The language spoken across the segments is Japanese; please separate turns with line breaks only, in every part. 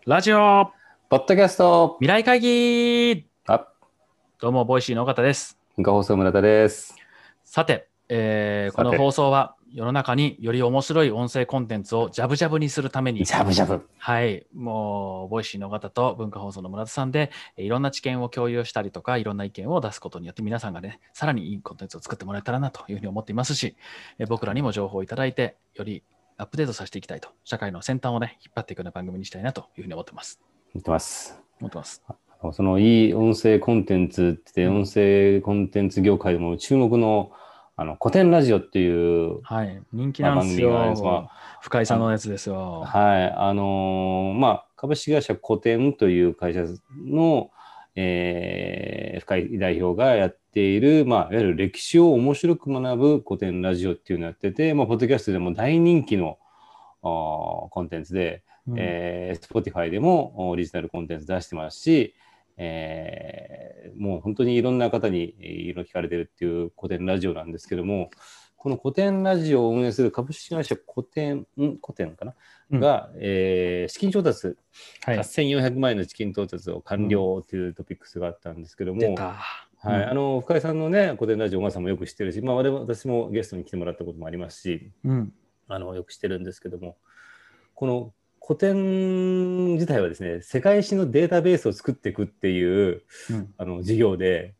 ラジオ
ポッドキャスト。
未来会議。
あ、
どうもボイシーの尾形です。
文化放送村田です。
さて、この
さて、
放送は世の中により面白い音声コンテンツをジャブジャブにするために、
ジャブジャブ。
はい、もうボイシーの尾形と文化放送の村田さんでいろんな知見を共有したりとかいろんな意見を出すことによって皆さんがね、さらにいいコンテンツを作ってもらえたらなというふうに思っていますし、僕らにも情報をいただいてよりアップデートさせていきたいと、社会の先端をね、引っ張っていくような番組にしたいなというふうに思ってます。
言ってます。
思ってます。
そのいい音声コンテンツって、音声コンテンツ業界でも注目の古典ラジオっていう、
はい、人気なんです
番組があるんです
よ。深井さんのやつですよ。
はい。株式会社古典という会社の、深井代表がやっている、いわゆる歴史を面白く学ぶ古典ラジオっていうのをやってて、ポッドキャストでも大人気のコンテンツで、Spotify でもオリジナルコンテンツ出してますし、もう本当にいろんな方にいろいろ聞かれてるっていう古典ラジオなんですけども、この古典ラジオを運営する株式会社古典かな、が、資金調達、8400万円の資金調達を完了というトピックスがあったんですけども、深井さんのね、古典ラジオ、小川さんもよく知ってるし、私もゲストに来てもらったこともありますし、よく知ってるんですけども、この古典自体はですね、世界史のデータベースを作っていくっていう、事業で、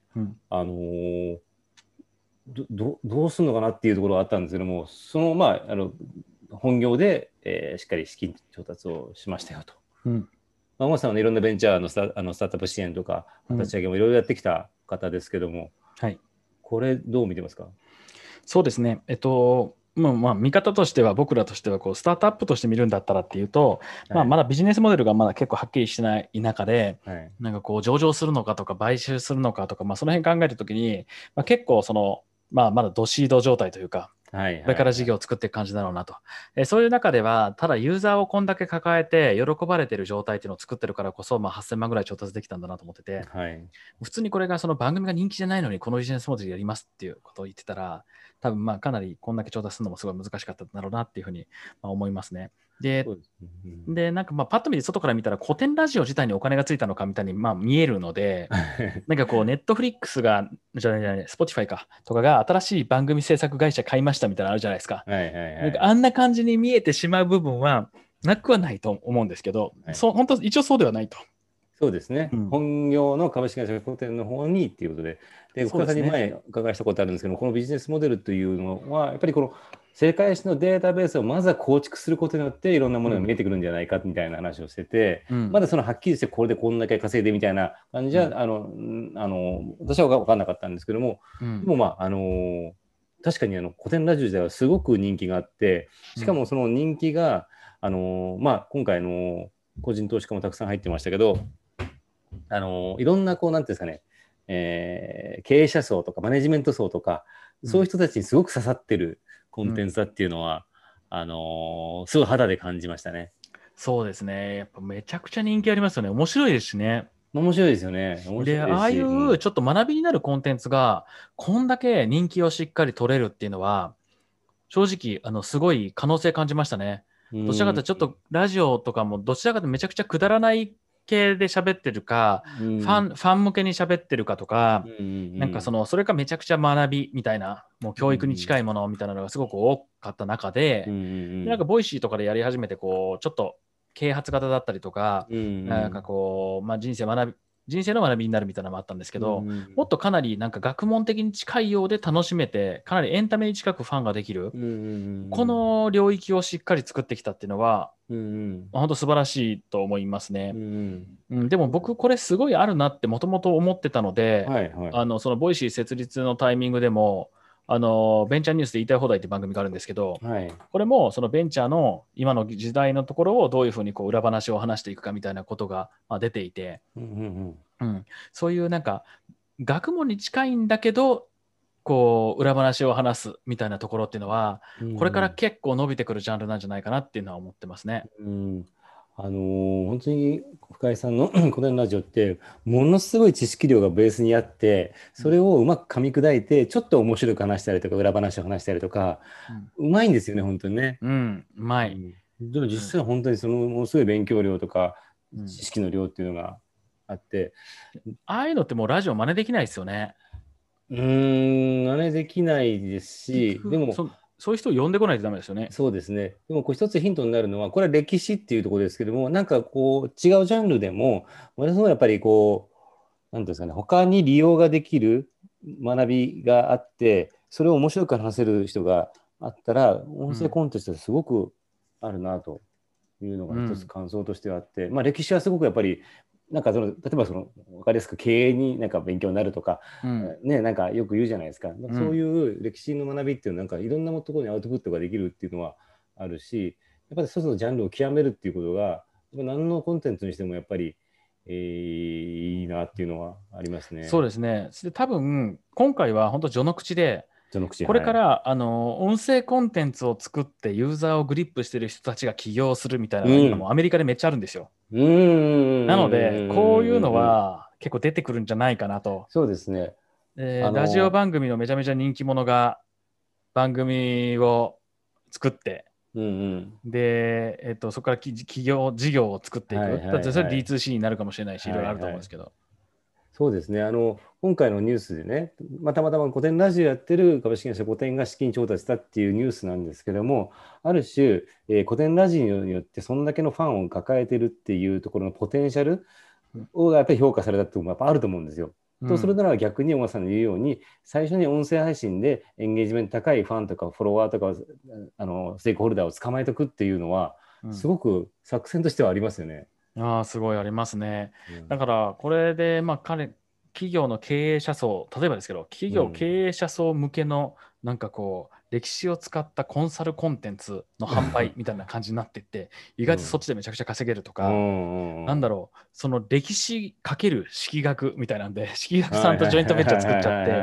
どうするのかなっていうところがあったんですけども、その本業で、しっかり資金調達をしましたよと。小川さんは、ね、いろんなベンチャーのスタートアップ支援とか立ち上げもいろいろやってきた方ですけども、これどう見てますか？
そうですね。見方としては、僕らとしてはこうスタートアップとして見るんだったらっていうと、まだビジネスモデルがまだ結構はっきりしてない中で、なんかこう上場するのかとか買収するのかとか、その辺考えるときに、結構その、まだドシード状態というか、これから事業を作っていく感じだろうなと。そういう中では、ただユーザーをこんだけ抱えて喜ばれてる状態っていうのを作ってるからこそ、8000万ぐらい調達できたんだなと思ってて、普通にこれがその番組が人気じゃないのにこのビジネスモデルやりますっていうことを言ってたら、多分かなりこんだけ調達するのもすごい難しかったんだろうなっていうふうに思いますね。で、なんかパッと見て外から見たら古典ラジオ自体にお金がついたのかみたいに見えるので、なんかこうネットフリックスがスポティファイかとかが新しい番組制作会社買いましたみたいなのあるじゃないですか。なんかあんな感じに見えてしまう部分はなくはないと思うんですけど、本当一応そうではないと。
そうですね、本業の株式会社古典の方にっていうことで、深井さんに前お伺いしたことあるんですけども、このビジネスモデルというのは、やっぱりこの世界史のデータベースをまずは構築することによって、いろんなものが見えてくるんじゃないかみたいな話をしてて、まだそのはっきりしてこれでこんだけ稼いでみたいな感じは、私は分からなかったんですけども、でも確かに古典ラジオ自体はすごく人気があって、しかもその人気が、今回の個人投資家もたくさん入ってましたけど、いろんなこうなんていうんですかね、経営者層とかマネジメント層とか、そういう人たちにすごく刺さってるコンテンツだっていうのは、すごい肌で感じましたね。
そうですね。やっぱめちゃくちゃ人気ありますよね。面白いですしね。
面白いですよね。
で、ああいうちょっと学びになるコンテンツが、こんだけ人気をしっかり取れるっていうのは、正直、すごい可能性感じましたね。どちらかというと、ちょっとラジオとかも、どちらかというとめちゃくちゃくだらない系で喋ってるか、ファン向けに喋ってるかとか、なんかそれかめちゃくちゃ学びみたいな、もう教育に近いものみたいなのがすごく多かった中で、なんかボイシーとかでやり始めて、こう、ちょっと啓発型だったりとか、なんかこう、人生の学びになるみたいなのもあったんですけど、もっとかなりなんか学問的に近いようで楽しめて、かなりエンタメに近くファンができる、この領域をしっかり作ってきたっていうのは、本当素晴らしいと思いますね。でも僕これすごいあるなってもともと思ってたので、そのボイシー設立のタイミングでも、ベンチャーニュースで言いたい放題って番組があるんですけど、これもそのベンチャーの今の時代のところをどういうふうにこう裏話を話していくかみたいなことが出ていて、そういうなんか学問に近いんだけどこう裏話を話すみたいなところっていうのは、これから結構伸びてくるジャンルなんじゃないかなっていうのは思ってますね。
本当に深井さんの古典ラジオってものすごい知識量がベースにあって、それをうまく噛み砕いてちょっと面白く話したりとか裏話を話したりとか、うまいんですよね本当にね。
うまい。
でも実際は本当にそのものすごい勉強量とか知識の量っていうのがあって、
ああいうのってもうラジオ真似できないですよね。
真似できないですし、でも、
そういう人を呼んでこないとダメですよね。
そうですね。でも、一つヒントになるのは、これは歴史っていうところですけども、なんかこう、違うジャンルでも、私もやっぱりこう、なんていうんですかね、他に利用ができる学びがあって、それを面白く話せる人があったら、音声コンテンツってすごくあるなというのが一つ感想としてあって、歴史はすごくやっぱり、なんか例えば分かりやすく経営になんか勉強になるとか、なんかよく言うじゃないですか。そういう歴史の学びっていうのは、なんかいろんなところにアウトプットができるっていうのはあるし、やっぱり一つのジャンルを極めるっていうことが、何のコンテンツにしてもやっぱり、いいなっていうのはありますね。
そうですね。で、多分、今回は本当序の口で、これから、音声コンテンツを作ってユーザーをグリップしてる人たちが起業するみたいなのが今もアメリカでめっちゃあるんですよ。なので、こういうのは結構出てくるんじゃないかなと。
そうですね。
ラジオ番組のめちゃめちゃ人気者が番組を作って、で、そこから事業を作っていく。だってそれ D2C になるかもしれないし、いろいろあると思うんですけど。
そうですね。今回のニュースでね、たまたま古典ラジオやってる株式会社古典が資金調達したっていうニュースなんですけども、ある種、古典ラジオによってそんだけのファンを抱えてるっていうところのポテンシャルをやっぱり評価されたっていうのもやっぱあると思うんですよ。とするなら逆に小川さんの言うように、最初に音声配信でエンゲージメント高いファンとかフォロワーとかステークホルダーを捕まえておくっていうのは、すごく作戦としてはありますよね。
すごいありますね。だからこれで企業の経営者層、例えばですけど、企業経営者層向けのなんかこう歴史を使ったコンサルコンテンツの販売みたいな感じになっていって、意外とそっちでめちゃくちゃ稼げるとか、なんだろう、その歴史かける式学みたいなんで、式学さんとジョイントベンチャー作っちゃって、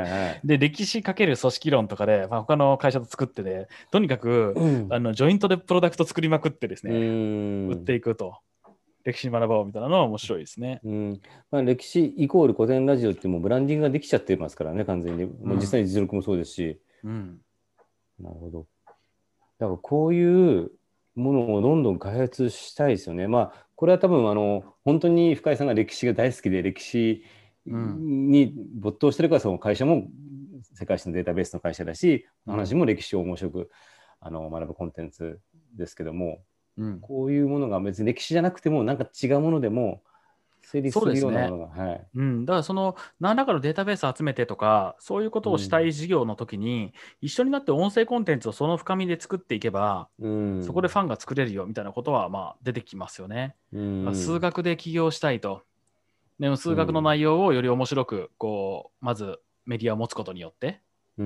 で、歴史かける組織論とかで、他の会社と作ってで、とにかく、ジョイントでプロダクト作りまくってですね、売っていくと。歴史学ぼうみたいなのは面白いですね。
歴史イコール古典ラジオってもうブランディングができちゃってますからね、完全に。もう実際に実力もそうですし。なるほど。だからこういうものをどんどん開発したいですよね。これは多分本当に深井さんが歴史が大好きで歴史に没頭してるからその会社も世界史のデータベースの会社だし、話も歴史を面白く学ぶコンテンツですけども、こういうものが別に歴史じゃなくてもなんか違うものでも成立するようなものが、
だからその何らかのデータベース集めてとかそういうことをしたい事業の時に、一緒になって音声コンテンツをその深みで作っていけば、そこでファンが作れるよみたいなことは出てきますよね。数学で起業したいと。でも数学の内容をより面白くまずメディアを持つことによって出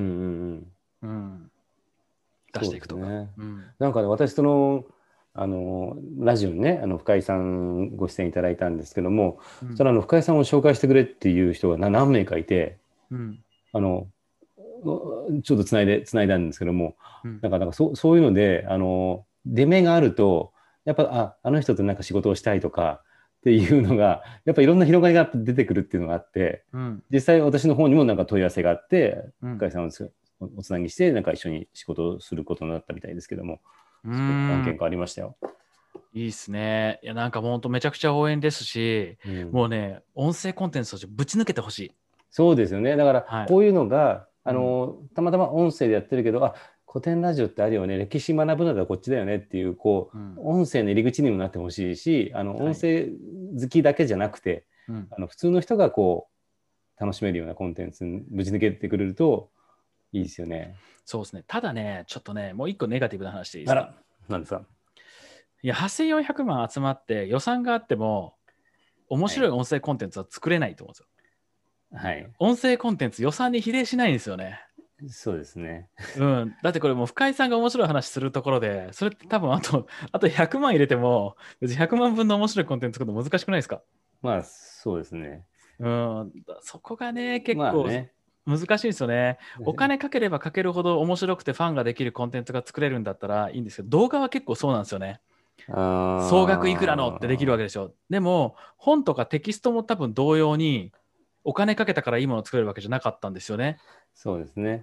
していくとか。
なんかね、私ラジオにね深井さんご出演いただいたんですけども、そしたら深井さんを紹介してくれっていう人が何名かいて、ちょっとつないだんですけども、なんかそういうので出目があるとやっぱあの人となんか仕事をしたいとかっていうのがやっぱいろんな広がりが出てくるっていうのがあって、実際私の方にもなんか問い合わせがあって、深井さんをおつなぎしてなんか一緒に仕事をすることになったみたいですけども、何件かありましたよ。
いいっすね。いや、なんか本当めちゃくちゃ応援ですし、もうね、音声コンテンツとしてぶち抜けてほしい。
そうですよね。だからこういうのが、たまたま音声でやってるけど、古典ラジオってあるよね、歴史学ぶならこっちだよねっていう、音声の入り口にもなってほしいし、音声好きだけじゃなくて、普通の人が楽しめるようなコンテンツにぶち抜けてくれるといいですよね。
そうですね。ただね、ちょっとね、もう一個ネガティブな話でいいですか。
何ですか。
いや、8400万集まって予算があっても、面白い音声コンテンツは作れないと思うんですよ。音声コンテンツ予算に比例しないんですよね。
そうですね。
だってこれもう深井さんが面白い話するところで、それって多分あと100万入れても、別に100万分の面白いコンテンツ作るの難しくないですか。
そうですね。
そこがね、結構難しいですよね。お金かければかけるほど面白くてファンができるコンテンツが作れるんだったらいいんですけど、動画は結構そうなんですよね。総額いくらのってできるわけでしょ。でも本とかテキストも多分同様にお金かけたからいいものを作れるわけじゃなかったんですよね。
そうですね。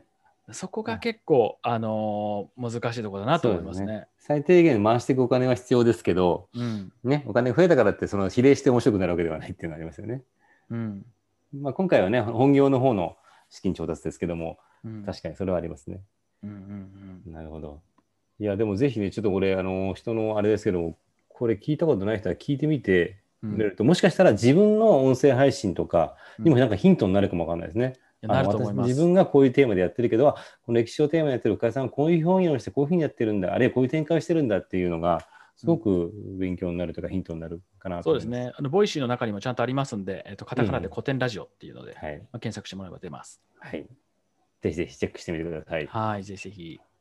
そこが結構、難しいところだなと思いますね。
そうですね。最低限回していくお金は必要ですけど、ね、お金が増えたからってその比例して面白くなるわけではないっていうのがありますよね。まあ、今回はね、本業の方の資金調達ですけども、確かにそれはありますね。なるほど。いや、でもぜひね、ちょっとこれ、人のあれですけども、これ聞いたことない人は聞いてみてみると、もしかしたら自分の音声配信とかにもなんかヒントになるかもわかんないですね。
なると思います。
自分がこういうテーマでやってるけど、この歴史をテーマでやってる深井さんはこういう表現をしてこういうふうにやってるんだ、あるいはこういう展開をしてるんだっていうのが、すごく勉強になるとかヒントになるかなと思います。
そうですね。ボイシーの中にもちゃんとありますんで、カタカナで古典ラジオっていうので、検索してもらえば出ます。
はい。ぜひぜひチェックしてみてください。
はい、ぜひぜひ。